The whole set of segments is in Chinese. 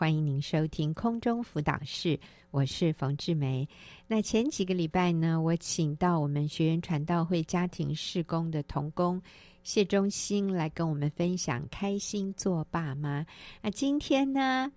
欢迎您收听空中辅导室，我是冯志梅。那前几个礼拜呢，我请到我们学园传道会家庭事工的同工谢忠兴来跟我们分享开心做爸妈。那今天呢，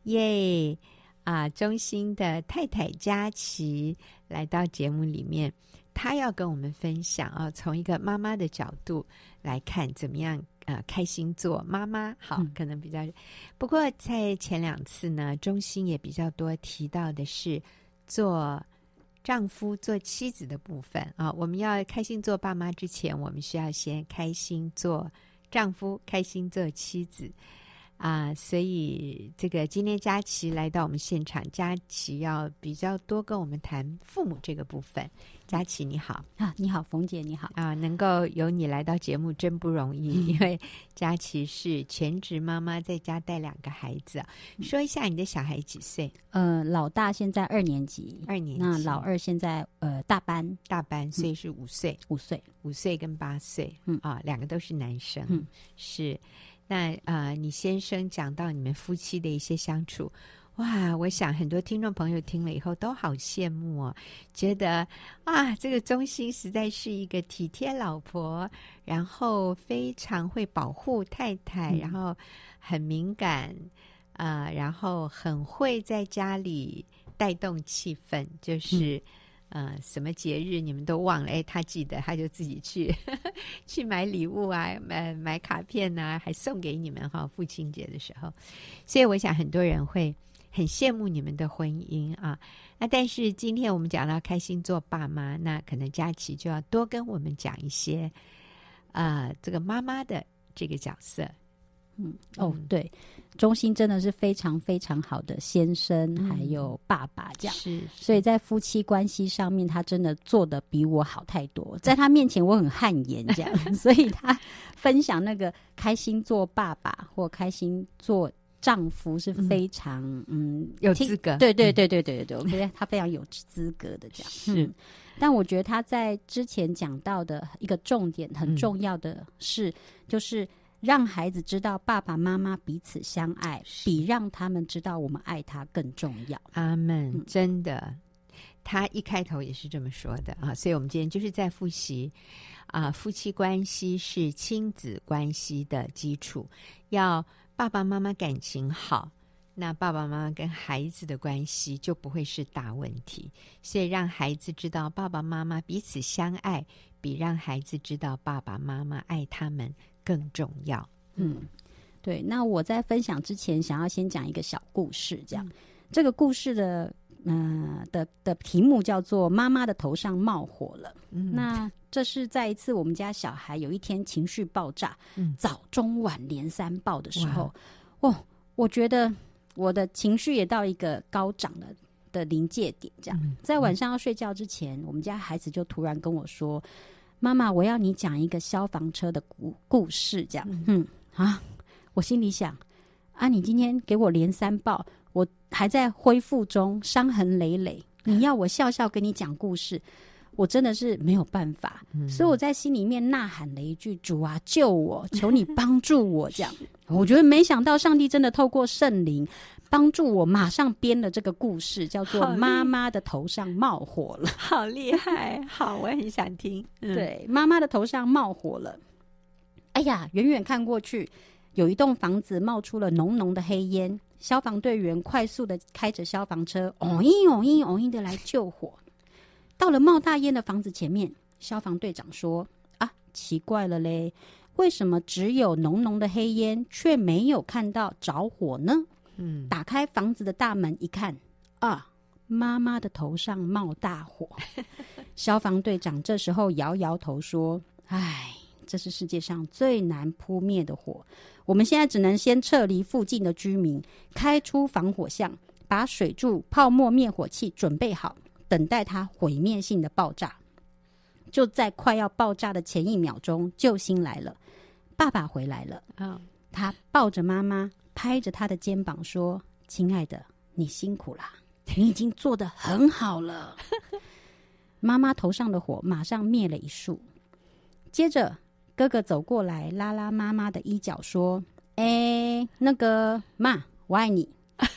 忠兴的太太佳琪来到节目里面，她要跟我们分享从一个妈妈的角度来看怎么样开心做妈妈。好，可能比较不过在前2次呢，忠兴也比较多提到的是做丈夫做妻子的部分我们要开心做爸妈之前，我们需要先开心做丈夫，开心做妻子所以这个今天佳琪来到我们现场，佳琪要比较多跟我们谈父母这个部分。佳琪你好你好冯姐，你好能够有你来到节目真不容易，因为佳琪是全职妈妈，在家带2个孩子说一下你的小孩几岁？ 老大现在2年级，那老二现在大班， 所以是5岁，5岁跟8岁2个都是男生是。那你先生讲到你们夫妻的一些相处，哇，我想很多听众朋友听了以后都好羡慕觉得这个忠兴实在是一个体贴老婆，然后非常会保护太太，然后很敏感然后很会在家里带动气氛，就是什么节日你们都忘了，他记得，他就自己去买礼物买卡片还送给你们父亲节的时候。所以我想很多人会很羡慕你们的婚姻那但是今天我们讲到开心做爸妈，那可能佳琪就要多跟我们讲一些这个妈妈的这个角色。 对，忠兴真的是非常非常好的先生还有爸爸这样， 是所以在夫妻关系上面他真的做得比我好太多，在他面前我很汗颜这样所以他分享那个开心做爸爸或开心做丈夫是非常有资格， 对，我觉得他非常有资格的这样是但我觉得他在之前讲到的一个重点很重要的是就是让孩子知道爸爸妈妈彼此相爱，比让他们知道我们爱他更重要。 阿们，真的，他一开头也是这么说的所以我们今天就是在复习夫妻关系是亲子关系的基础，要爸爸妈妈感情好，那爸爸妈妈跟孩子的关系就不会是大问题，所以让孩子知道爸爸妈妈彼此相爱，比让孩子知道爸爸妈妈爱他们更重要。 对，那我在分享之前想要先讲一个小故事这样这个故事的题目叫做妈妈的头上冒火了那这是在一次我们家小孩有一天情绪爆炸早中晚连3爆的时候我觉得我的情绪也到一个高涨的临界点这样在晚上要睡觉之前我们家孩子就突然跟我说，妈妈我要你讲一个消防车的故事这样我心里想你今天给我连3爆，我还在恢复中，伤痕累累，你要我笑笑跟你讲故事，我真的是没有办法所以我在心里面呐喊了一句，主啊救我，求你帮助我这样我觉得没想到上帝真的透过圣灵帮助我，马上编了这个故事，叫做妈妈的头上冒火了。 好厉害好，我很想听对，妈妈的头上冒火了。哎呀，远远看过去有一栋房子冒出了浓浓的黑烟，消防队员快速的开着消防车嗡的来救火。到了冒大烟的房子前面，消防队长说奇怪了嘞，为什么只有浓浓的黑烟却没有看到着火呢打开房子的大门一看妈妈的头上冒大火消防队长这时候摇摇头说，这是世界上最难扑灭的火，我们现在只能先撤离附近的居民，开出防火巷，把水柱、泡沫灭火器准备好，等待它毁灭性的爆炸。就在快要爆炸的前1秒钟，救星来了，爸爸回来了他抱着妈妈，拍着她的肩膀说，亲爱的，你辛苦啦，你已经做得很好了妈妈头上的火马上灭了一束。接着哥哥走过来拉拉妈妈的衣角说，那个妈，我爱你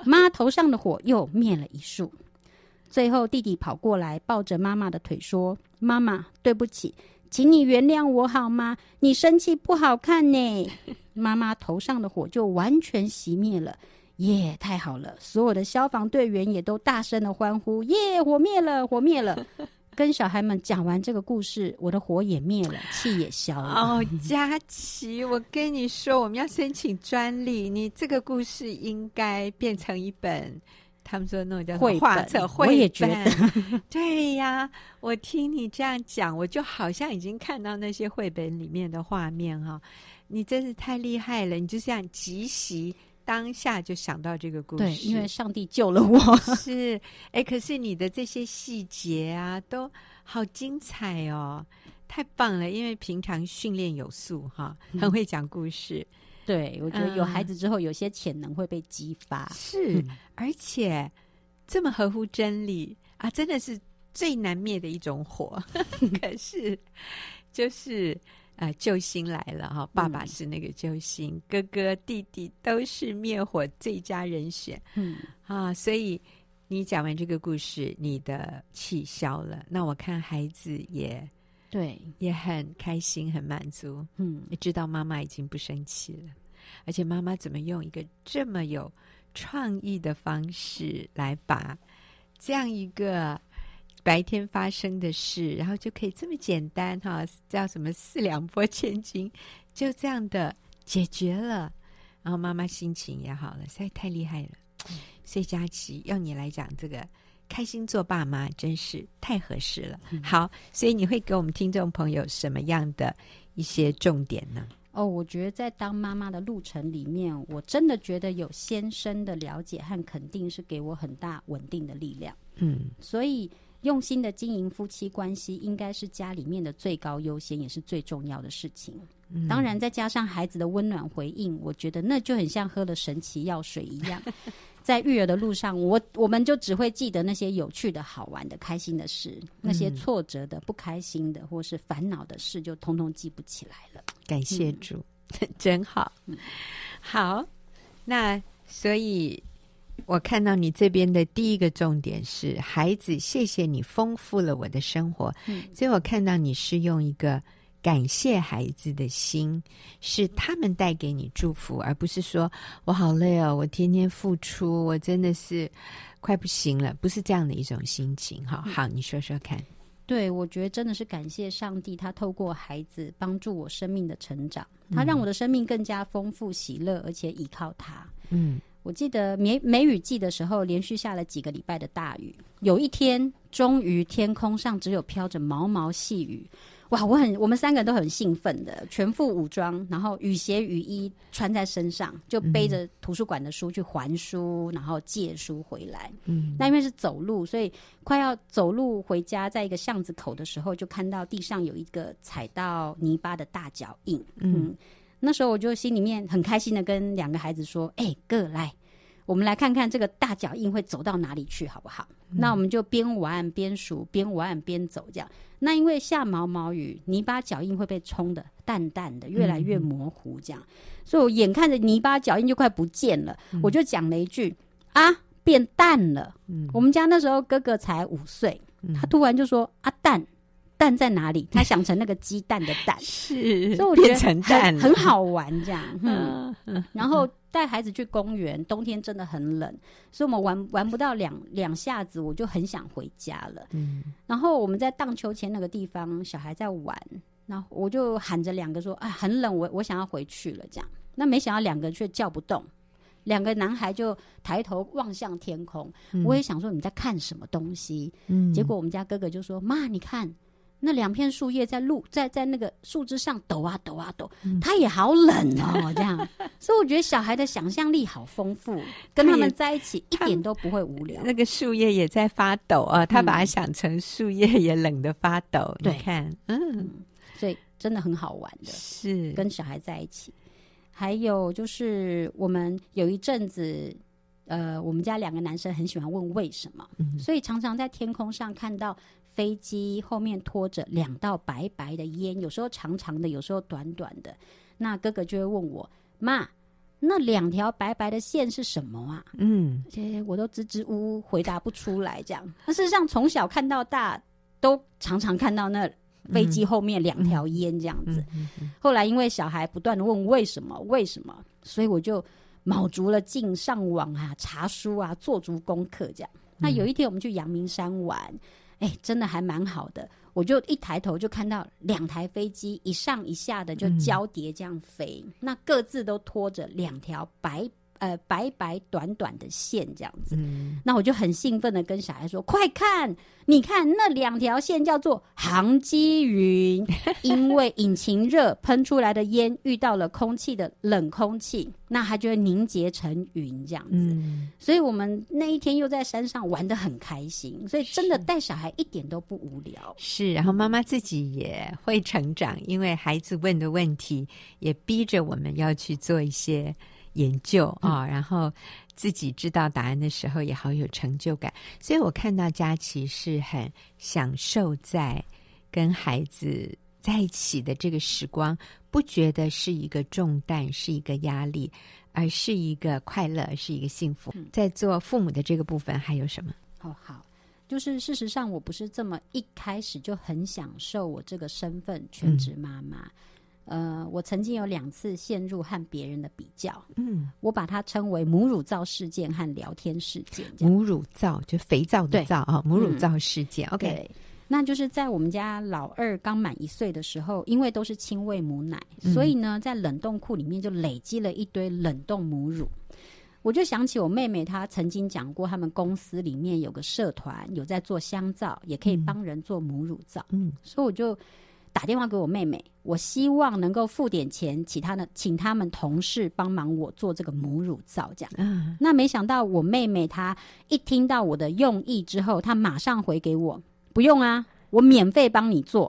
妈头上的火又灭了一束。最后弟弟跑过来抱着妈妈的腿说，妈妈对不起，请你原谅我好吗？你生气不好看呢。妈妈头上的火就完全熄灭了。耶，太好了！所有的消防队员也都大声的欢呼，耶，火灭了，火灭了。跟小孩们讲完这个故事，我的火也灭了，气也消了。 哦，佳琪，我跟你说，我们要申请专利，你这个故事应该变成一本，他们说那种叫画册绘本。 我也觉得， 对呀，我听你这样讲，我就好像已经看到那些绘本里面的画面哈。你真是太厉害了，你就这样即席当下就想到这个故事。 对，因为上帝救了我。 是，可是你的这些细节啊，都好精彩哦，太棒了！因为平常训练有素哈，很会讲故事。 对，我觉得有孩子之后，有些潜能会被激发。 是，而且这么合乎真理啊，真的是最难灭的一种火。可是就是救星来了哈，爸爸是那个救星，哥哥弟弟都是灭火最佳人选。所以你讲完这个故事，你的气消了，那我看孩子也很开心很满足。你知道妈妈已经不生气了，而且妈妈怎么用一个这么有创意的方式来把这样一个白天发生的事，然后就可以这么简单哈，叫什么4两拨千斤，就这样的解决了，然后妈妈心情也好了，实在太厉害了。所以佳琪要你来讲这个开心做爸妈真是太合适了。好，所以你会给我们听众朋友什么样的一些重点呢？ 我觉得在当妈妈的路程里面，我真的觉得有先生的了解和肯定是给我很大稳定的力量。所以用心的经营夫妻关系应该是家里面的最高优先，也是最重要的事情。当然再加上孩子的温暖回应，我觉得那就很像喝了神奇药水一样。在育儿的路上，我们就只会记得那些有趣的好玩的开心的事，那些挫折的不开心的或是烦恼的事就通通记不起来了。 感谢主。真好。好，那所以我看到你这边的第一个重点是孩子，谢谢你丰富了我的生活。所以我看到你是用一个感谢孩子的心，是他们带给你祝福，而不是说我好累哦，我天天付出，我真的是快不行了，不是这样的一种心情。好，你说说看。 对，我觉得真的是感谢上帝，他透过孩子帮助我生命的成长，他让我的生命更加丰富喜乐，而且依靠他。我记得梅雨季的时候，连续下了几个礼拜的大雨，有一天终于天空上只有飘着毛毛细雨。哇，我们3个人都很兴奋的，全副武装，然后雨鞋雨衣穿在身上，就背着图书馆的书去还书，然后借书回来。那因为是走路，所以快要走路回家，在一个巷子口的时候，就看到地上有一个踩到泥巴的大脚印。那时候我就心里面很开心的跟2个孩子说，哥来，我们来看看这个大脚印会走到哪里去好不好？那我们就边玩边数，边玩边走这样。那因为下毛毛雨，泥巴脚印会被冲的淡淡的，越来越模糊这样。所以我眼看着泥巴脚印就快不见了，我就讲了一句变淡了。我们家那时候哥哥才5岁，他突然就说蛋在哪里？他想成那个鸡蛋的蛋， 是， 所以我觉得变成蛋了， 很好玩这样。然后带孩子去公园，冬天真的很冷，所以我们玩不到两下子，我就很想回家了。然后我们在荡秋千那个地方，小孩在玩，然后我就喊着2个说：“很冷，我想要回去了。”这样，那没想到2个却叫不动。2个男孩就抬头望向天空，我也想说你在看什么东西。结果我们家哥哥就说：“妈，你看。”那2片树叶在那个树枝上抖啊抖啊抖，它也好冷哦，这样。所以我觉得小孩的想象力好丰富，跟他们在一起一点都不会无聊。 那个树叶也在发抖啊，他把它想成树叶也冷得发抖。你看， 所以真的很好玩的， 是跟小孩在一起。还有就是我们有一阵子。我们家2个男生很喜欢问为什么，所以常常在天空上看到飞机后面拖着2道白白的烟，有时候长长的，有时候短短的。那哥哥就会问我：“妈， 那2条白白的线是什么啊？我都支支吾吾回答不出来这样。那事实上从小看到大，都常常看到那飞机后面2条烟这样子。后来因为小孩不断的问为什么，所以我就卯足了劲上网啊、查书啊、做足功课这样。那有一天我们去阳明山玩，真的还蛮好的。我就一抬头就看到2台飞机一上一下的就交叠这样飞，那各自都拖着2条白白短短的线这样子。那我就很兴奋的跟小孩说，快看，你看那2条线叫做航机云，因为引擎热喷出来的烟遇到了空气的冷空气，那它就会凝结成云这样子。所以我们那一天又在山上玩得很开心，所以真的带小孩一点都不无聊。 是，然后妈妈自己也会成长，因为孩子问的问题也逼着我们要去做一些研究然后自己知道答案的时候也好有成就感。所以我看到佳琪是很享受在跟孩子在一起的这个时光，不觉得是一个重担，是一个压力，而是一个快乐，是一个幸福。在做父母的这个部分还有什么？ 好，就是事实上我不是这么一开始就很享受我这个身份全职妈妈。我曾经有2次陷入和别人的比较，我把它称为母乳皂事件和聊天事件。 母乳皂就肥皂的皂啊，母乳皂事件。OK， 对，那就是在我们家老2刚满1岁的时候，因为都是亲喂母奶，所以呢，在冷冻库里面就累积了一堆冷冻母乳。我就想起我妹妹，她曾经讲过，他们公司里面有个社团有在做香皂，也可以帮人做母乳皂。所以我就打电话给我妹妹，我希望能够付点钱，请他们同事帮忙我做这个母乳皂这样。那没想到我妹妹她一听到我的用意之后，她马上回给我，不用啊，我免费帮你做。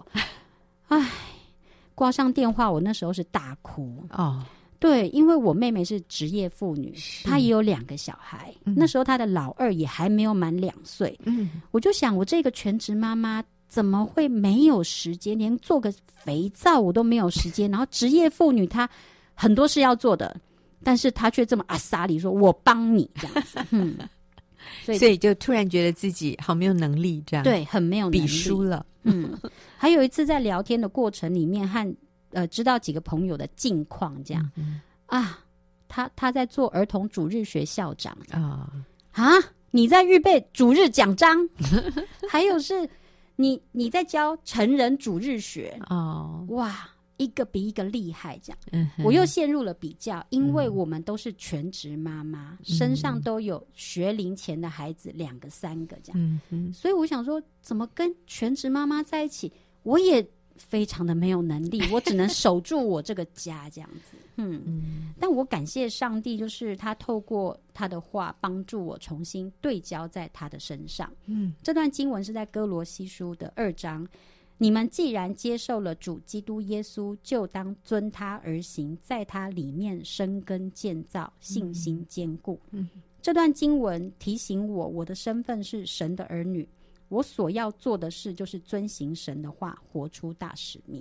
挂上电话，我那时候是大哭。对，因为我妹妹是职业妇女，她也有2个小孩，那时候她的老2也还没有满2岁。我就想，我这个全职妈妈怎么会没有时间，连做个肥皂我都没有时间，然后职业妇女她很多事要做的，但是她却这么阿萨里说我帮你这样子。 所以就突然觉得自己好没有能力这样。 对，很没有能力， 比输了。 还有一次在聊天的过程里面和知道几个朋友的近况这样。他在做儿童主日学校长你在预备主日讲章还有是你在教成人主日学哇，一个比一个厉害这样。我又陷入了比较，因为我们都是全职妈妈，身上都有学龄前的孩子2个3个这样。所以我想说，怎么跟全职妈妈在一起，我也非常的没有能力，我只能守住我这个家这样子。但我感谢上帝，就是他透过他的话帮助我重新对焦在他的身上。这段经文是在哥罗西书的2章，你们既然接受了主基督耶稣，就当遵他而行，在他里面生根建造，信心坚固。这段经文提醒我的身份是神的儿女，我所要做的事就是遵行神的话，活出大使命。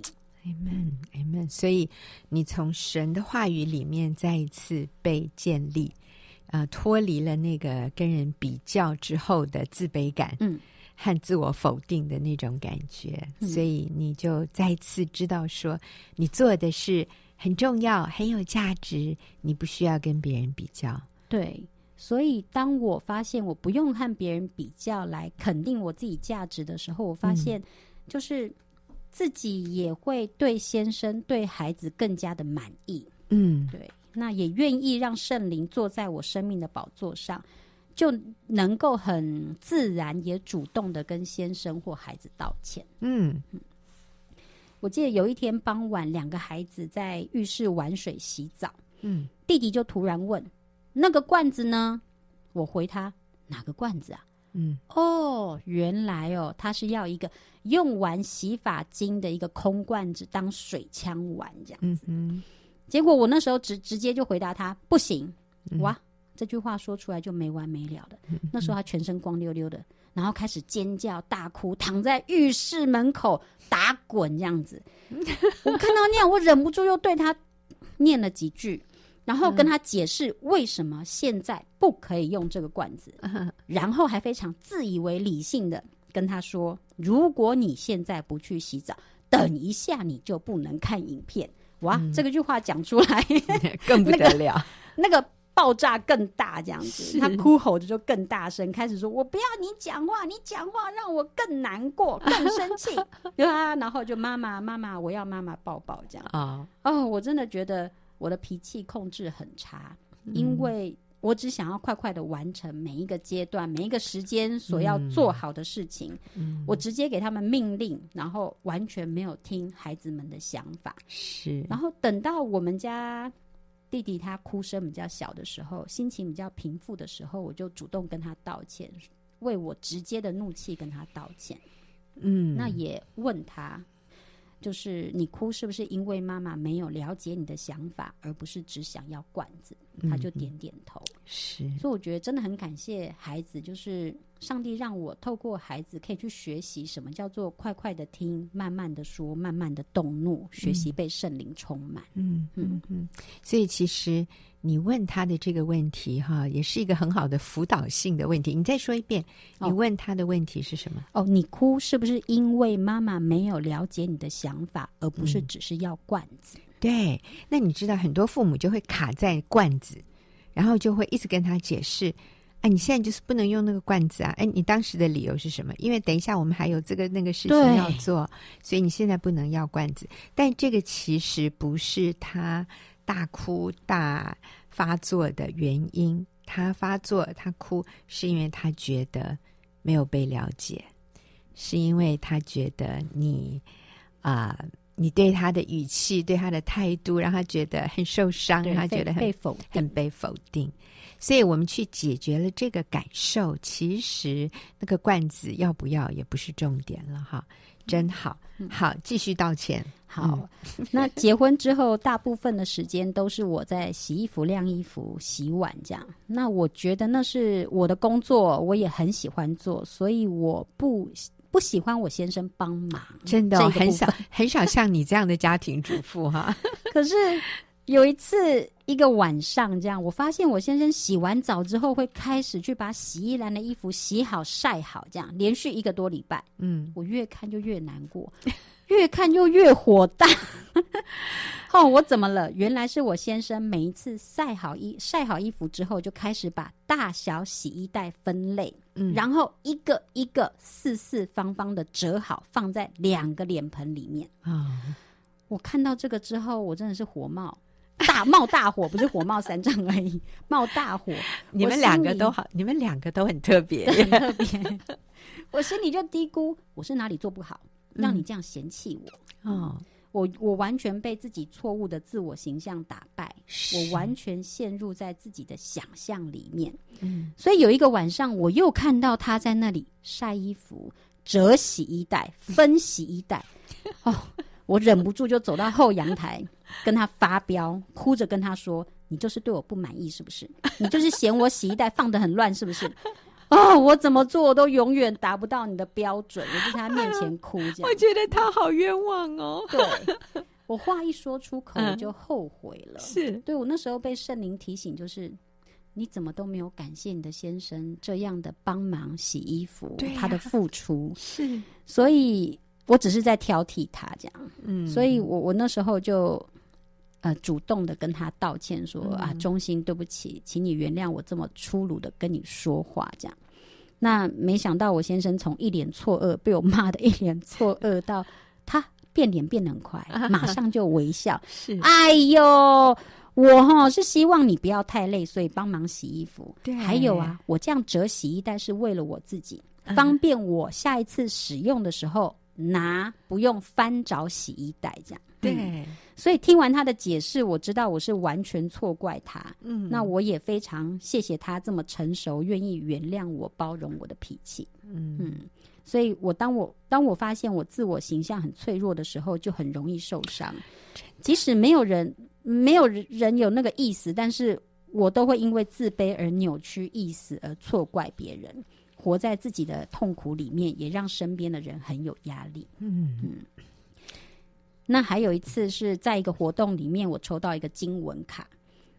Amen。 所以你从神的话语里面再一次被建立，脱离了那个跟人比较之后的自卑感和自我否定的那种感觉。所以你就再一次知道说你做的事很重要，很有价值，你不需要跟别人比较。 对，所以当我发现我不用和别人比较来肯定我自己价值的时候，我发现就是自己也会对先生对孩子更加的满意。对，那也愿意让圣灵坐在我生命的宝座上，就能够很自然也主动的跟先生或孩子道歉。我记得有一天傍晚2个孩子在浴室玩水洗澡，弟弟就突然问那个罐子呢？我回他哪个罐子啊？原来他是要一个用完洗发精的一个空罐子当水枪玩这样子。结果我那时候直接就回答他不行。哇，这句话说出来就没完没了的。那时候他全身光溜溜的，然后开始尖叫大哭，躺在浴室门口打滚这样子。我看到那样，我忍不住又对他念了几句。 然后跟他解释为什么现在不可以用这个罐子，然后还非常自以为理性的跟他说，如果你现在不去洗澡，等一下你就不能看影片。哇，这个句话讲出来更不得了， 那个爆炸更大，这样子，他哭吼着就更大声，开始说：“我不要你讲话，你讲话让我更难过、更生气。”对啊，然后就妈妈，我要妈妈抱抱这样。我真的觉得我的脾气控制很差，因为我只想要快快的完成每一个阶段、每一个时间所要做好的事情。我直接给他们命令，然后完全没有听孩子们的想法。 是， 然后等到我们家弟弟他哭声比较小的时候，心情比较平复的时候，我就主动跟他道歉，为我直接的怒气跟他道歉。那也问他，就是你哭是不是因为妈妈没有了解你的想法，而不是只想要罐子？他就点点头。 是， 所以我觉得真的很感谢孩子，就是上帝让我透过孩子可以去学习什么叫做快快的听，慢慢的说，慢慢的动怒，学习被圣灵充满。 所以其实你问他的这个问题哈，也是一个很好的辅导性的问题。你再说一遍，你问他的问题是什么？ 你哭是不是因为妈妈没有了解你的想法，而不是只是要罐子？ 对，那你知道很多父母就会卡在罐子，然后就会一直跟他解释，你现在就是不能用那个罐子啊！你当时的理由是什么？因为等一下我们还有这个那个事情要做，所以你现在不能要罐子。但这个其实不是他大哭大发作的原因，他发作他哭是因为他觉得没有被了解，是因为他觉得你对他的语气、对他的态度，让他觉得很受伤，让他觉得很被否定。所以我们去解决了这个感受，其实那个罐子要不要也不是重点了哈。真好，好，继续道歉。 好，那结婚之后，大部分的时间都是我在洗衣服、晾衣服、洗碗这样。那我觉得那是我的工作，我也很喜欢做，所以我不喜欢我先生帮忙。 真的很少像你这样的家庭主妇哈。 可是有一次一个晚上这样，我发现我先生洗完澡之后会开始去把洗衣篮的衣服洗好晒好，这样连续1个多礼拜。我越看就越难过，越看就越火大。我怎么了？原来是我先生每一次晒好衣服之后，就开始把大小洗衣袋分类，然后一个一个四四方方的折好，放在2个脸盆里面。我看到这个之后，我真的是火冒大火，不是火冒3丈而已，冒大火。 你们2个都好，你们2个都很特别， 很特别。我心里就嘀咕，我是哪里做不好，让你这样嫌弃我？我完全被自己错误的自我形象打败，我完全陷入在自己的想象里面。所以有一个晚上，我又看到他在那里晒衣服、折洗衣袋、分洗衣袋。我忍不住就走到后阳台跟他发飙，哭着跟他说：“你就是对我不满意是不是？你就是嫌我洗衣袋放得很乱是不是？”我怎么做都永远达不到你的标准，我就在他面前哭这样。 我觉得他好冤枉哦。 对，我话一说出口我就后悔了。 是， 对，我那时候被圣灵提醒，就是你怎么都没有感谢你的先生这样的帮忙洗衣服，他的付出。 是， 所以我只是在挑剔他这样。所以我那时候就主动的跟他道歉说，忠心对不起，请你原谅我这么粗鲁的跟你说话这样。那没想到我先生从一脸错愕，被我骂的一脸错愕，到他变脸变得很快，马上就微笑。 是， 哎呦，我是希望你不要太累，所以帮忙洗衣服。 对， 还有我这样折洗衣袋是为了我自己，方便我下一次使用的时候不用翻找洗衣袋这样。 对， 所以听完他的解释，我知道我是完全错怪他。那我也非常谢谢他这么成熟，愿意原谅我，包容我的脾气。所以当我发现我自我形象很脆弱的时候，就很容易受伤。即使没有人有那个意思，但是我都会因为自卑而扭曲意思，而错怪别人，活在自己的痛苦里面，也让身边的人很有压力。那还有一次是在一个活动里面，我抽到一个经文卡。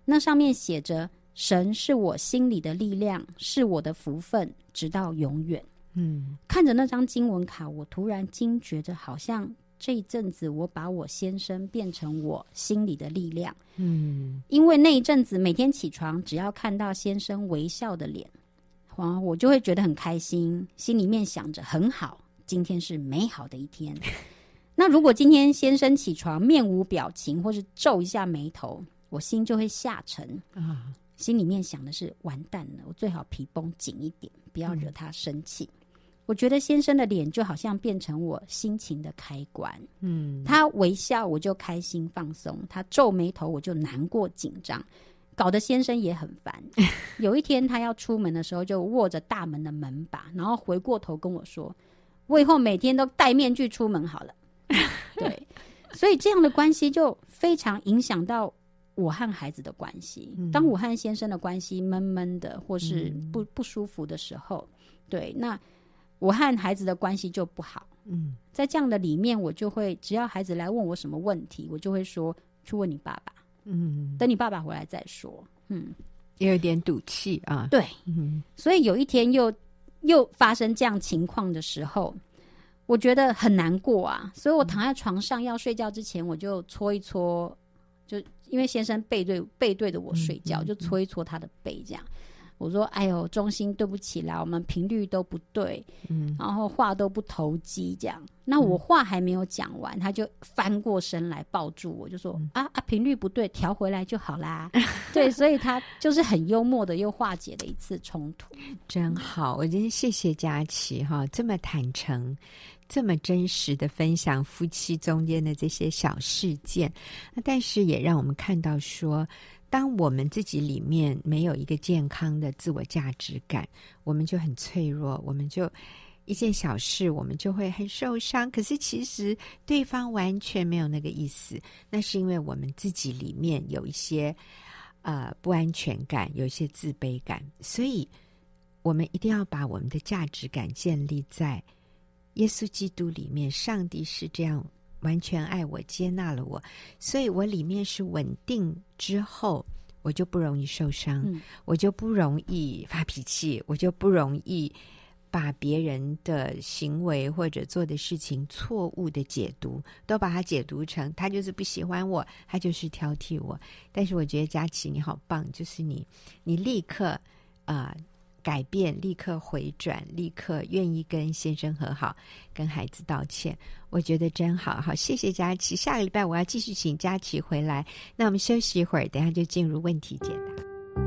那上面写着神是我心里的力量，是我的福分，直到永远。看着那张经文卡，我突然惊觉着，好像这一阵子我把我先生变成我心里的力量。因为那一阵子每天起床，只要看到先生微笑的脸，我就会觉得很开心，心里面想着很好，今天是美好的一天。那如果今天先生起床面无表情，或是皱一下眉头，我心就会下沉心里面想的是完蛋了，我最好皮绷紧一点，不要惹他生气。我觉得先生的脸就好像变成我心情的开关。他微笑我就开心放松，他皱眉头我就难过紧张，搞得先生也很烦。有一天他要出门的时候，就握着大门的门把，然后回过头跟我说，我以后每天都戴面具出门好了。对，所以这样的关系就非常影响到我和孩子的关系。当我和先生的关系闷闷的或是不舒服的时候，对，那我和孩子的关系就不好。在这样的里面，我就会只要孩子来问我什么问题，我就会说去问你爸爸。等你爸爸回来再说。 也有点赌气啊。 对，所以有一天又发生这样情况的时候，我觉得很难过啊。所以我躺在床上要睡觉之前，我就搓一搓，就因为先生背对着我睡觉，就搓一搓他的背这样。我说哎呦，中心对不起啦，我们频率都不对，然后话都不投机这样。那我话还没有讲完，他就翻过身来抱住我，就说频率不对，调回来就好啦。对，所以他就是很幽默的又化解了一次冲突。 真好，我真谢谢佳琪这么坦诚这么真实的分享夫妻中间的这些小事件，但是也让我们看到说，当我们自己里面没有一个健康的自我价值感，我们就很脆弱，我们就一件小事我们就会很受伤。可是其实对方完全没有那个意思，那是因为我们自己里面有一些不安全感，有一些自卑感。所以我们一定要把我们的价值感建立在耶稣基督里面，上帝是这样完全爱我，接纳了我，所以我里面是稳定之后，我就不容易受伤，我就不容易发脾气，我就不容易把别人的行为或者做的事情错误的解读，都把它解读成他就是不喜欢我，他就是挑剔我。但是我觉得佳琪你好棒，就是你立刻改变，立刻回转，立刻愿意跟先生和好，跟孩子道歉，我觉得真好。好，谢谢佳琪。下个礼拜我要继续请佳琪回来，那我们休息一会儿，等一下就进入问题解答。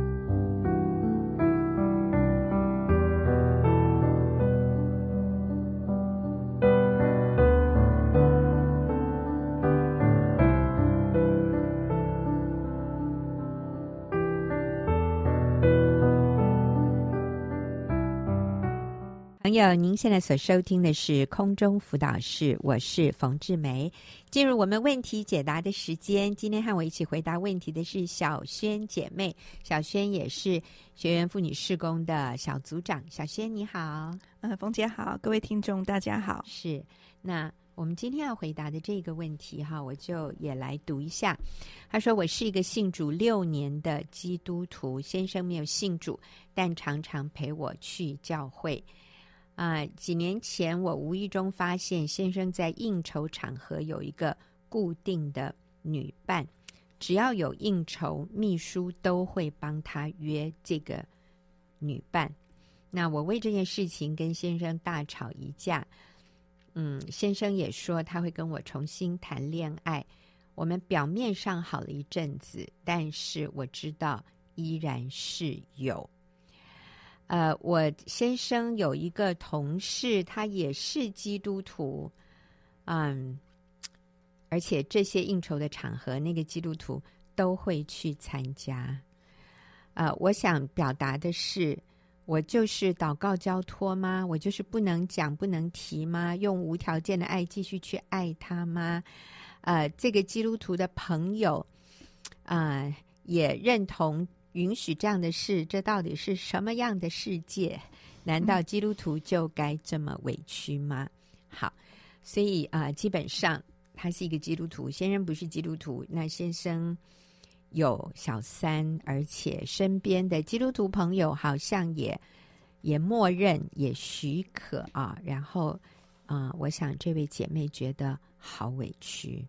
朋友，您现在所收听的是空中辅导室，我是冯志梅。进入我们问题解答的时间，今天和我一起回答问题的是小萱姐妹。小萱也是学园妇女事工的小组长。小萱你好。 冯姐好，各位听众大家好。 是，那我们今天要回答的这个问题我就也来读一下。他说，我是一个信主6年的基督徒，先生没有信主，但常常陪我去教会。几年前我无意中发现先生在应酬场合有一个固定的女伴，只要有应酬，秘书都会帮他约这个女伴。那我为这件事情跟先生大吵一架，先生也说他会跟我重新谈恋爱。我们表面上好了一阵子，但是我知道依然是有。我先生有一个同事，他也是基督徒，而且这些应酬的场合，那个基督徒都会去参加。我想表达的是，我就是祷告交托吗？我就是不能讲不能提吗？用无条件的爱继续去爱他吗？这个基督徒的朋友也认同允许这样的事，这到底是什么样的世界？难道基督徒就该这么委屈吗？好，所以基本上他是一个基督徒，先生不是基督徒，那先生有小三，而且身边的基督徒朋友好像也默认也许可啊，然后我想这位姐妹觉得好委屈。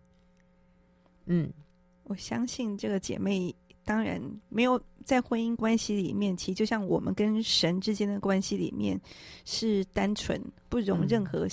我相信这个姐妹当然没有在婚姻关系里面，其实就像我们跟神之间的关系里面是单纯不容任何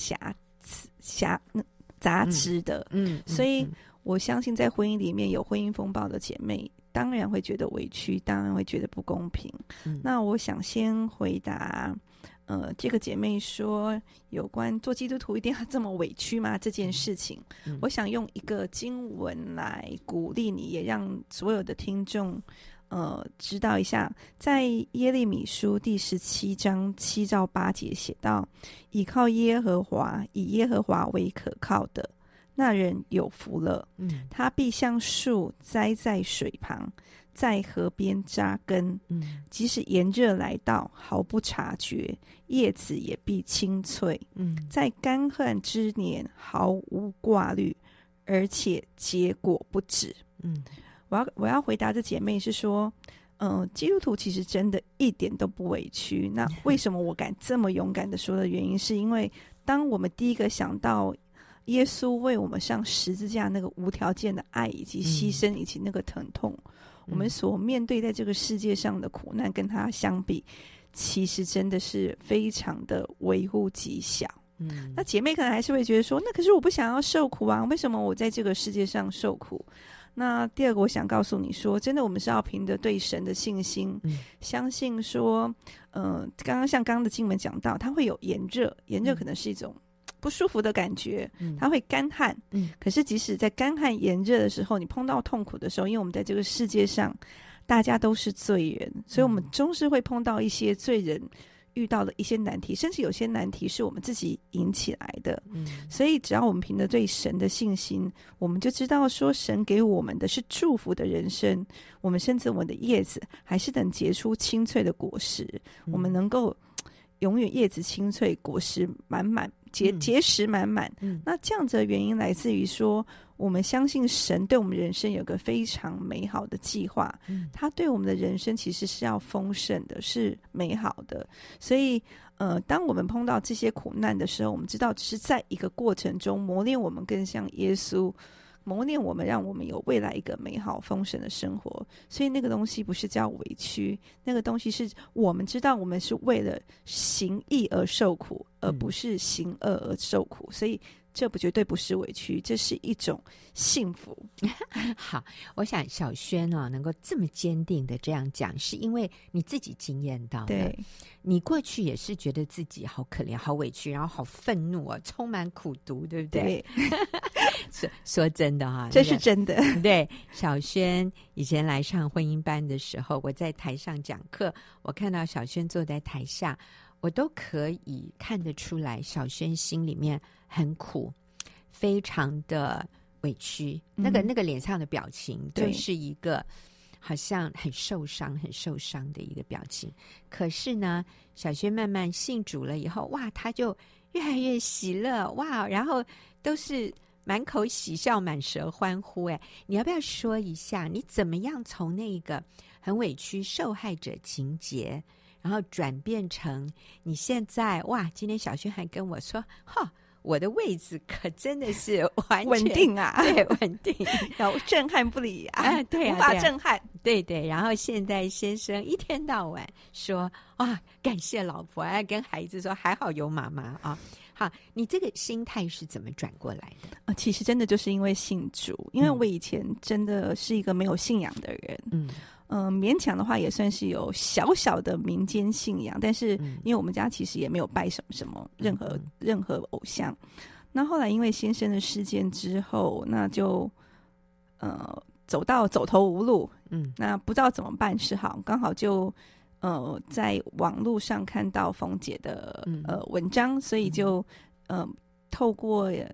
杂质的。所以我相信在婚姻里面有婚姻风暴的姐妹当然会觉得委屈，当然会觉得不公平。那我想先回答这个姐妹说有关做基督徒一定要这么委屈吗这件事情，我想用一个经文来鼓励你，也让所有的听众知道一下。在耶利米书第17章7到8节写道：倚靠耶和华，以耶和华为可靠的，那人有福了。他必像树栽在水旁，在河边扎根，即使炎热来到，毫不察觉，叶子也必青翠。在干旱之年毫无挂虑，而且结果不止。我要回答这姐妹是说，基督徒其实真的一点都不委屈。那为什么我敢这么勇敢的说的原因，是因为当我们第一个想到耶稣为我们上十字架那个无条件的爱以及牺牲以及那个疼痛，我们所面对在这个世界上的苦难跟他相比，其实真的是非常的微乎其小。那姐妹可能还是会觉得说，那可是我不想要受苦啊，为什么我在这个世界上受苦？那第二个我想告诉你说，真的我们是要凭着对神的信心，相信说刚刚的经文讲到，它会有炎热可能是一种不舒服的感觉，它会干旱，可是即使在干旱炎热的时候，你碰到痛苦的时候，因为我们在这个世界上大家都是罪人，所以我们终是会碰到一些罪人遇到的一些难题，甚至有些难题是我们自己引起来的。所以只要我们凭着对神的信心，我们就知道说神给我们的是祝福的人生，我们甚至我们的叶子还是能结出青翠的果实，我们能够永远叶子青翠，果实满满，结实满满。那这样子的原因来自于说，我们相信神对我们人生有个非常美好的计划，他对我们的人生其实是要丰盛的，是美好的。所以当我们碰到这些苦难的时候，我们知道只是在一个过程中磨练我们更像耶稣，磨练我们，让我们有未来一个美好丰盛的生活。所以那个东西不是叫委屈，那个东西是我们知道我们是为了行义而受苦，而不是行恶而受苦。所以这绝对不是委屈，这是一种幸福。 好，我想小轩能够这么坚定的这样讲，是因为你自己经验到的。 对， 你过去也是觉得自己好可怜、好委屈，然后好愤怒充满苦毒，对不对？对，说真的这是真的。 对，小轩以前来上婚姻班的时候，我在台上讲课，我看到小轩坐在台下，我都可以看得出来，小轩心里面很苦，非常的委屈，那个脸上的表情就是一个好像很受伤的一个表情。可是呢，小轩慢慢信主了以后，哇，他就越来越喜乐，哇，然后都是满口喜笑，满舌欢呼。你要不要说一下，你怎么样从那个很委屈受害者情节，然后转变成你现在，哇，今天小轩还跟我说，我的位置可真的是完全稳定啊， 对，稳定， 然后震撼不离啊， 对啊， 无法震撼， 对，然后现在先生一天到晚说感谢老婆，跟孩子说还好有妈妈啊。好，你这个心态是怎么转过来的？ 其实真的就是因为信主，因为我以前真的是一个没有信仰的人，勉强的话也算是有小小的民间信仰，但是因为我们家其实也没有拜什么任何偶像。那后来因为先生的事件之后，那就走投无路，那不知道怎么办是好，刚好就在网络上看到冯姐的文章，所以就透过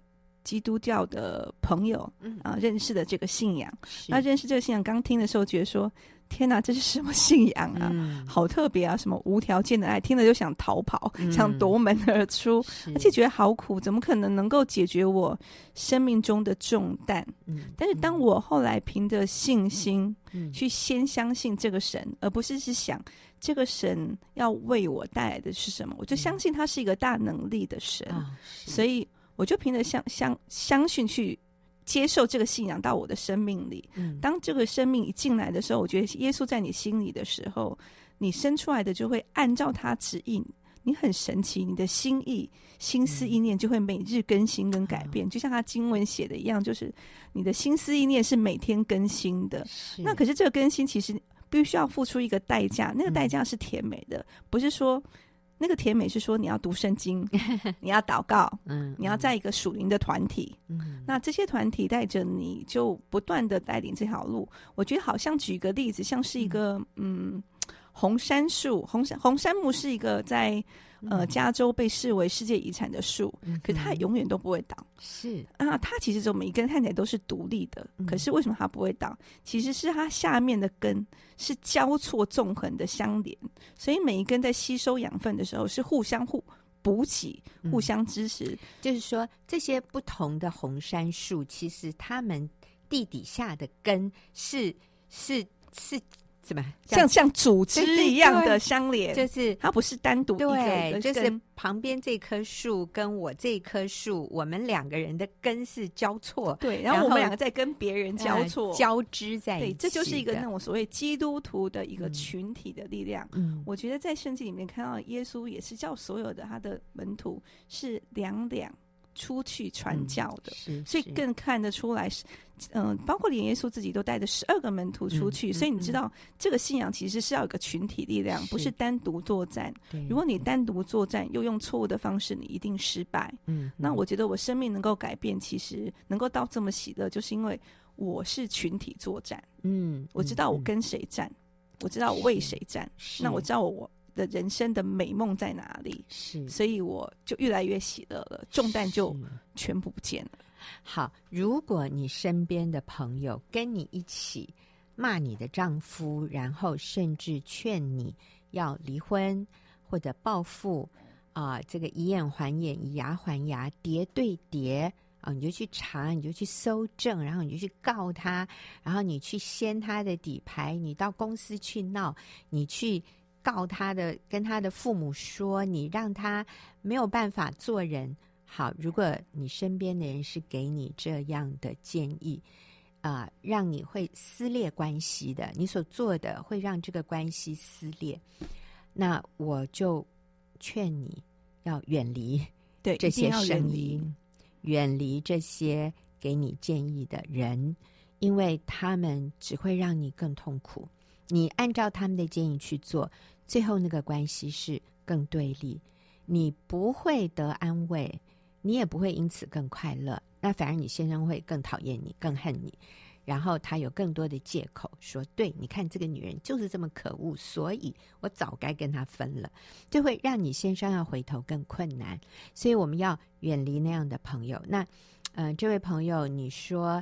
基督教的朋友认识的这个信仰。那认识这个信仰，刚听的时候觉得说，天哪，这是什么信仰啊？好特别啊！什么无条件的爱，听了就想逃跑，想夺门而出，而且觉得好苦，怎么可能够解决我生命中的重担？但是当我后来凭着信心去先相信这个神，而不是想这个神要为我带来的是什么，我就相信他是一个大能力的神，所以我就凭着相信去接受这个信仰到我的生命里。当这个生命一进来的时候，我觉得耶稣在你心里的时候，你生出来的就会按照他指引，你很神奇，你的心意心思意念就会每日更新跟改变，就像他经文写的一样，就是你的心思意念是每天更新的。那可是这个更新其实必须要付出一个代价，那个代价是甜美的，不是说那个甜美是说你要读圣经你要祷告你要在一个属灵的团体那这些团体带着你就不断的带领这条路。我觉得好像举个例子，像是一个红杉树，红杉木是一个在加州被视为世界遗产的树，可是它永远都不会倒。是啊，它其实这每一根看起来都是独立的，可是为什么它不会倒？其实是它下面的根是交错纵横的相连，所以每一根在吸收养分的时候是互补给、互相支持。 就是说，这些不同的红杉树，其实它们地底下的根是怎么像组织一样的相连， 就是它不是单独一个对，就是旁边这棵树跟我这棵树，我们两个人的根是交错， 对，然后我们两个再跟别人交错、 交织在一起， 对，这就是一个那种所谓基督徒的一个群体的力量。我觉得在圣经里面看到耶稣也是叫所有的他的门徒是两出去传教的，所以更看得出来是包括连耶稣自己都带着12个门徒出去，所以你知道这个信仰其实是要有一个群体力量，不是单独作战。如果你单独作战又用错误的方式，你一定失败。那我觉得我生命能够改变，其实能够到这么喜乐，就是因为我是群体作战。我知道我跟谁战，我知道我为谁战，那我知道我的人生的美梦在哪里，所以我就越来越喜乐了，重担就全部不见了。 好，如果你身边的朋友跟你一起骂你的丈夫，然后甚至劝你要离婚或者报复这个以眼还眼，以牙还牙，叠对叠你就去查，你就去搜证，然后你就去告他，然后你去掀他的底牌，你到公司去闹，你去告他的，跟他的父母说，你让他没有办法做人。好，如果你身边的人是给你这样的建议让你会撕裂关系的，你所做的会让这个关系撕裂，那我就劝你要远离这些声音，远离这些给你建议的人，因为他们只会让你更痛苦。你按照他们的建议去做，最后那个关系是更对立，你不会得安慰，你也不会因此更快乐，那反而你先生会更讨厌你，更恨你，然后他有更多的借口说，对，你看这个女人就是这么可恶，所以我早该跟她分了，就会让你先生要回头更困难。所以我们要远离那样的朋友。那这位朋友你说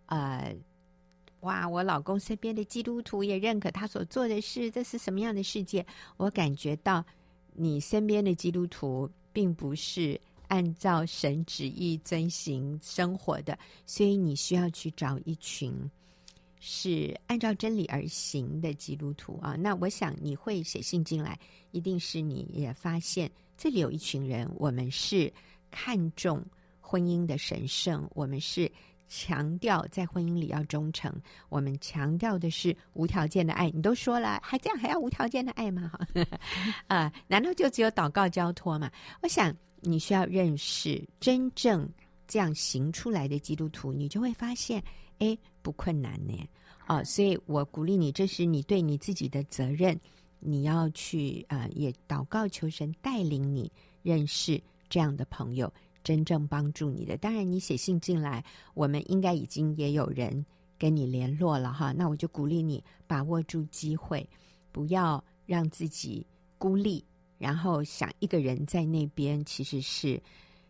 哇，我老公身边的基督徒也认可他所做的事，这是什么样的世界？我感觉到你身边的基督徒并不是按照神旨意遵行生活的，所以你需要去找一群是按照真理而行的基督徒那我想你会写信进来，一定是你也发现这里有一群人，我们是看重婚姻的神圣，我们是强调在婚姻里要忠诚，我们强调的是无条件的爱。你都说了，还这样还要无条件的爱吗？难道就只有祷告交托吗？我想你需要认识真正这样行出来的基督徒，你就会发现不困难呢。所以我鼓励你，这是你对你自己的责任，你要去也祷告求神带领你认识这样的朋友，真正帮助你的。当然你写信进来，我们应该已经也有人跟你联络了哈。那我就鼓励你把握住机会，不要让自己孤立，然后想一个人在那边其实是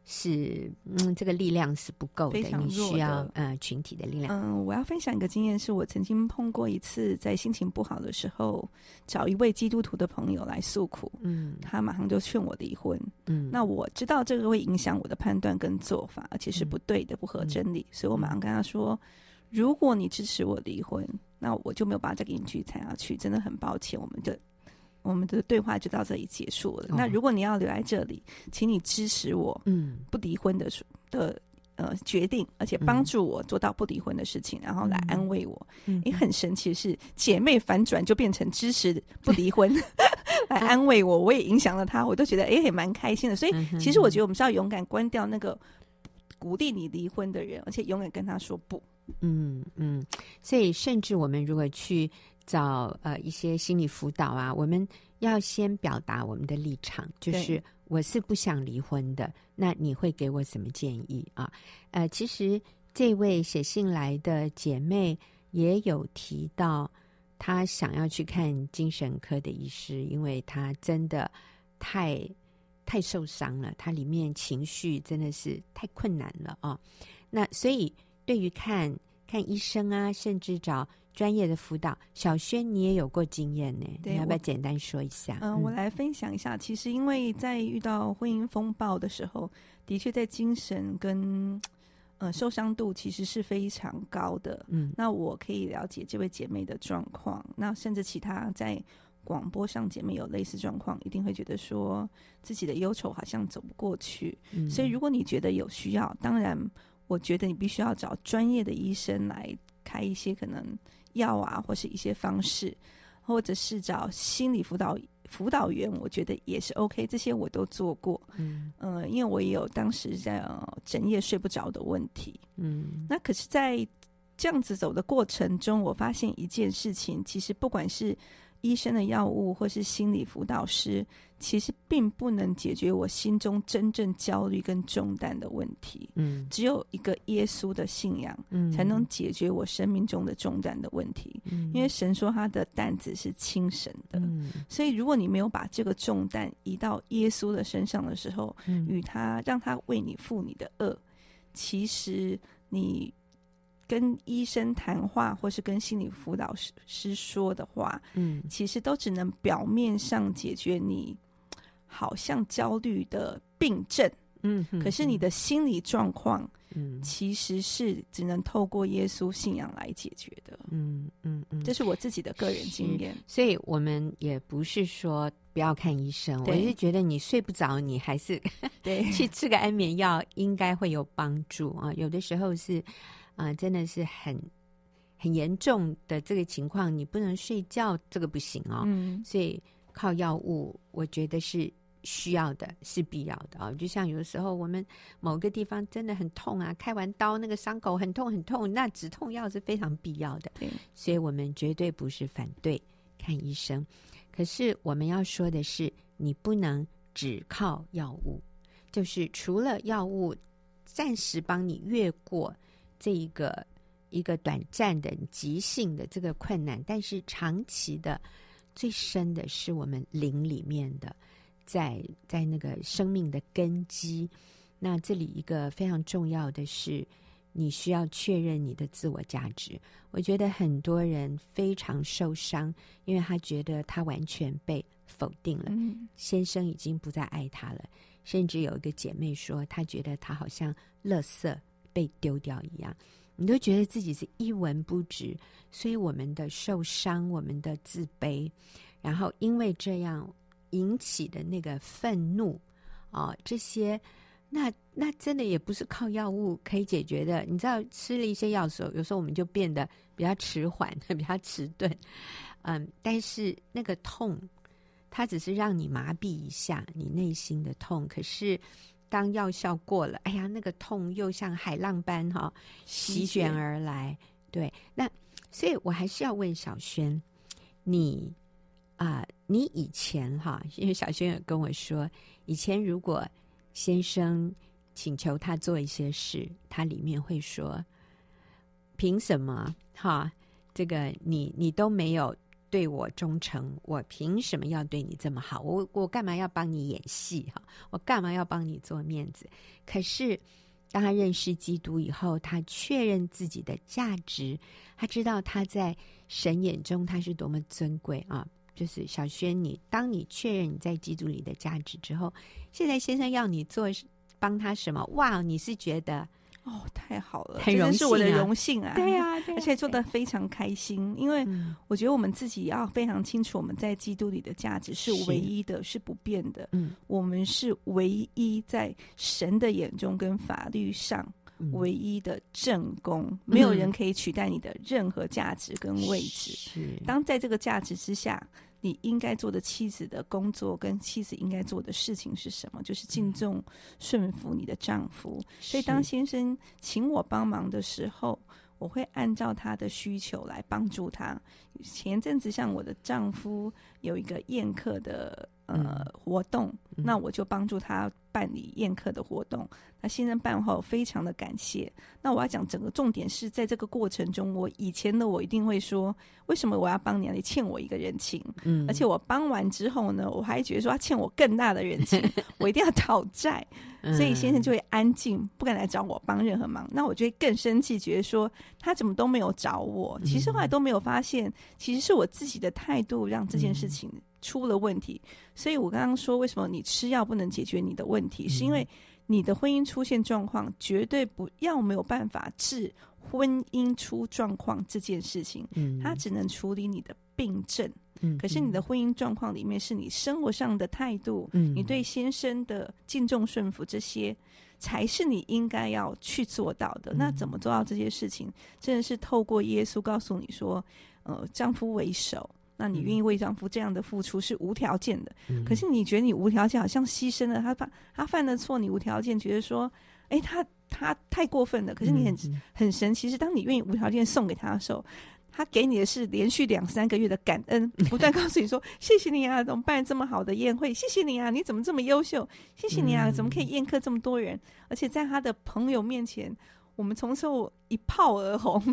是这个力量是不够的， 非常弱的， 你需要群体的力量。 我要分享一个经验，是我曾经碰过一次，在心情不好的时候，找一位基督徒的朋友来诉苦，他马上就劝我离婚，那我知道这个会影响我的判断跟做法，而且是不对的，不合真理，所以我马上跟他说，如果你支持我离婚，那我就没有办法再给你继续参下去，真的很抱歉，我们的对话就到这里结束了。那如果你要留在这里，请你支持我不离婚的决定，而且帮助我做到不离婚的事情，然后来安慰我。很神奇的是，姐妹反转就变成支持不离婚来安慰我，我也影响了她，我都觉得也蛮开心的。所以其实我觉得我们是要勇敢关掉那个鼓励你离婚的人，而且勇敢跟他说不。 所以甚至我们如果去找一些心理辅导啊，我们要先表达我们的立场，就是我是不想离婚的，那你会给我什么建议啊？其实这位写信来的姐妹也有提到，她想要去看精神科的医师，因为她真的太受伤了，她里面情绪真的是太困难了啊。那所以对于看医生啊，甚至找专业的辅导，小萱你也有过经验呢，你要不要简单说一下？ 我来分享一下。其实因为在遇到婚姻风暴的时候，的确在精神跟受伤度其实是非常高的。那我可以了解这位姐妹的状况，那甚至其他在广播上姐妹有类似状况，一定会觉得说自己的忧愁好像走不过去。所以如果你觉得有需要，当然我觉得你必须要找专业的医生来开一些可能药啊，或是一些方式，或者是找心理辅导员，我觉得也是 OK， 这些我都做过。因为我也有当时在整夜睡不着的问题。那可是在这样子走的过程中，我发现一件事情，其实不管是医生的药物或是心理辅导师，其实并不能解决我心中真正焦虑跟重担的问题。只有一个耶稣的信仰才能解决我生命中的重担的问题。因为神说他的担子是轻省的。所以如果你没有把这个重担移到耶稣的身上的时候，与他让他为你负你的恶，其实你跟医生谈话或是跟心理辅导师说的话，其实都只能表面上解决你好像焦虑的病症，可是你的心理状况，其实是只能透过耶稣信仰来解决的。这是我自己的个人经验。 所以我们也不是说不要看医生，我是觉得你睡不着，你还是去吃个安眠药应该会有帮助啊。有的时候是真的是很严重的这个情况，你不能睡觉，这个不行哦。所以靠药物，我觉得是需要的，是必要的啊。就像有的时候我们某个地方真的很痛啊，开完刀那个伤口很痛很痛，那止痛药是非常必要的。所以我们绝对不是反对看医生，可是我们要说的是，你不能只靠药物，就是除了药物暂时帮你越过这一个短暂的急性的这个困难，但是长期的最深的是我们灵里面的，在那个生命的根基。那这里一个非常重要的是，你需要确认你的自我价值。我觉得很多人非常受伤，因为他觉得他完全被否定了，先生已经不再爱他了，甚至有一个姐妹说，她觉得她好像垃圾被丢掉一样，你都觉得自己是一文不值。所以我们的受伤，我们的自卑，然后因为这样引起的那个愤怒这些那真的也不是靠药物可以解决的。你知道吃了一些药的时候，有时候我们就变得比较迟缓，比较迟钝。但是那个痛它只是让你麻痹一下你内心的痛，可是当药效过了，哎呀，那个痛又像海浪般席卷而来。对，那所以我还是要问小萱，你以前因为小萱有跟我说，以前如果先生请求他做一些事，他里面会说，凭什么这个你都没有对我忠诚，我凭什么要对你这么好？我干嘛要帮你演戏哈？我干嘛要帮你做面子？可是当他认识基督以后，他确认自己的价值，他知道他在神眼中他是多么尊贵啊！就是小轩，当你确认你在基督里的价值之后，现在先生要你帮他什么？哇，你是觉得太好了， 很荣幸啊， 这是我的荣幸啊！ 对啊， 而且做得非常开心，因为我觉得我们自己要非常清楚，我们在基督里的价值是唯一的，是不变的。我们是唯一在神的眼中跟法律上唯一的正宫，没有人可以取代你的任何价值跟位置。当在这个价值之下，你应该做的妻子的工作跟妻子应该做的事情是什么？就是敬重顺服你的丈夫。所以当先生请我帮忙的时候，我会按照他的需求来帮助他。前阵子像我的丈夫有一个宴客的活动，那我就帮助他办理宴客的活动。那先生办后非常的感谢。那我要讲整个重点是在这个过程中，以前的我一定会说，为什么我要帮你？你欠我一个人情。而且我帮完之后呢，我还觉得说他欠我更大的人情，我一定要讨债。所以先生就会安静，不敢来找我帮任何忙。那我就会更生气，觉得说他怎么都没有找我。其实后来都没有发现，其实是我自己的态度让这件事情出了问题。所以我刚刚说，为什么你吃药不能解决你的问题，是因为你的婚姻出现状况，绝对不要没有办法治婚姻出状况这件事情，它只能处理你的病症。可是你的婚姻状况里面是你生活上的态度，你对先生的敬重顺服，这些才是你应该要去做到的。那怎么做到这些事情？真的是透过耶稣告诉你说，丈夫为首，那你愿意为丈夫这样的付出是无条件的。可是你觉得你无条件好像牺牲了他犯了错，你无条件觉得说他太过分了。可是你很神奇，是当你愿意无条件送给他的时候，他给你的是连续2-3个月的感恩，不断告诉你说谢谢你啊，怎么办这么好的宴会，谢谢你啊，你怎么这么优秀，谢谢你啊，怎么可以宴客这么多人。而且在他的朋友面前，我们从此一炮而红。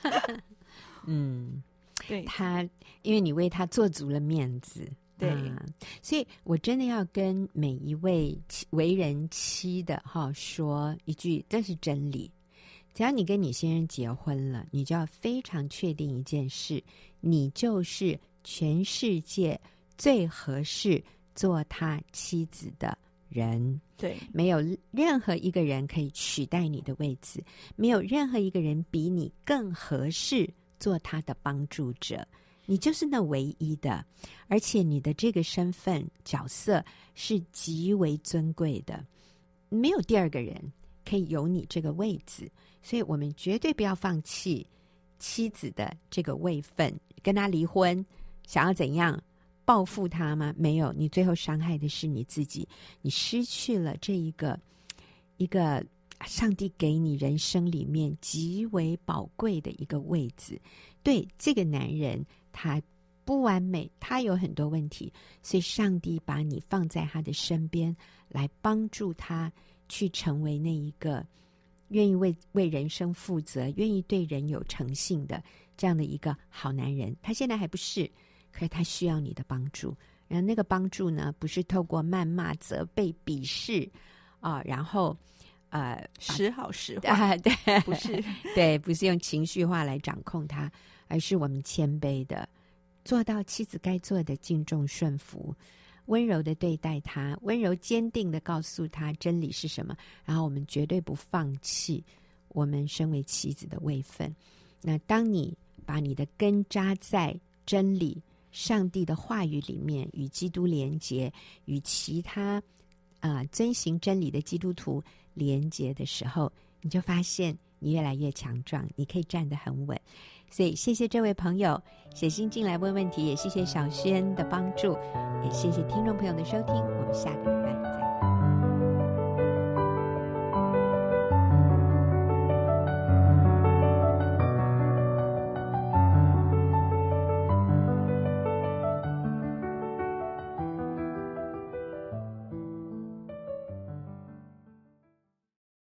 对， 他因为你为他做足了面子， 对， 所以我真的要跟每一位为人妻的说一句，这是真理。只要你跟你先生结婚了，你就要非常确定一件事，你就是全世界最合适做他妻子的人。 对， 没有任何一个人可以取代你的位置，没有任何一个人比你更合适做他的帮助者，你就是那唯一的。而且你的这个身份角色是极为尊贵的，没有第二个人可以有你这个位置。所以我们绝对不要放弃妻子的这个位分，跟他离婚想要怎样报复他吗？没有，你最后伤害的是你自己，你失去了这一个上帝给你人生里面极为宝贵的一个位置。对，这个男人他不完美，他有很多问题，所以上帝把你放在他的身边，来帮助他去成为那一个愿意为人生负责，愿意对人有诚信的这样的一个好男人。他现在还不是，可是他需要你的帮助。然后那个帮助呢，不是透过谩骂、责备、鄙视然后时好时坏， 对， 不是对，不是用情绪化来掌控他，而是我们谦卑的做到妻子该做的敬重顺服，温柔的对待他，温柔坚定的告诉他真理是什么，然后我们绝对不放弃我们身为妻子的位分。那当你把你的根扎在真理、上帝的话语里面，与基督连结，与其他遵行真理的基督徒连结的时候，你就发现你越来越强壮，你可以站得很稳。所以谢谢这位朋友写信进来问问题，也谢谢小轩的帮助，也谢谢听众朋友的收听，我们下个礼拜再见。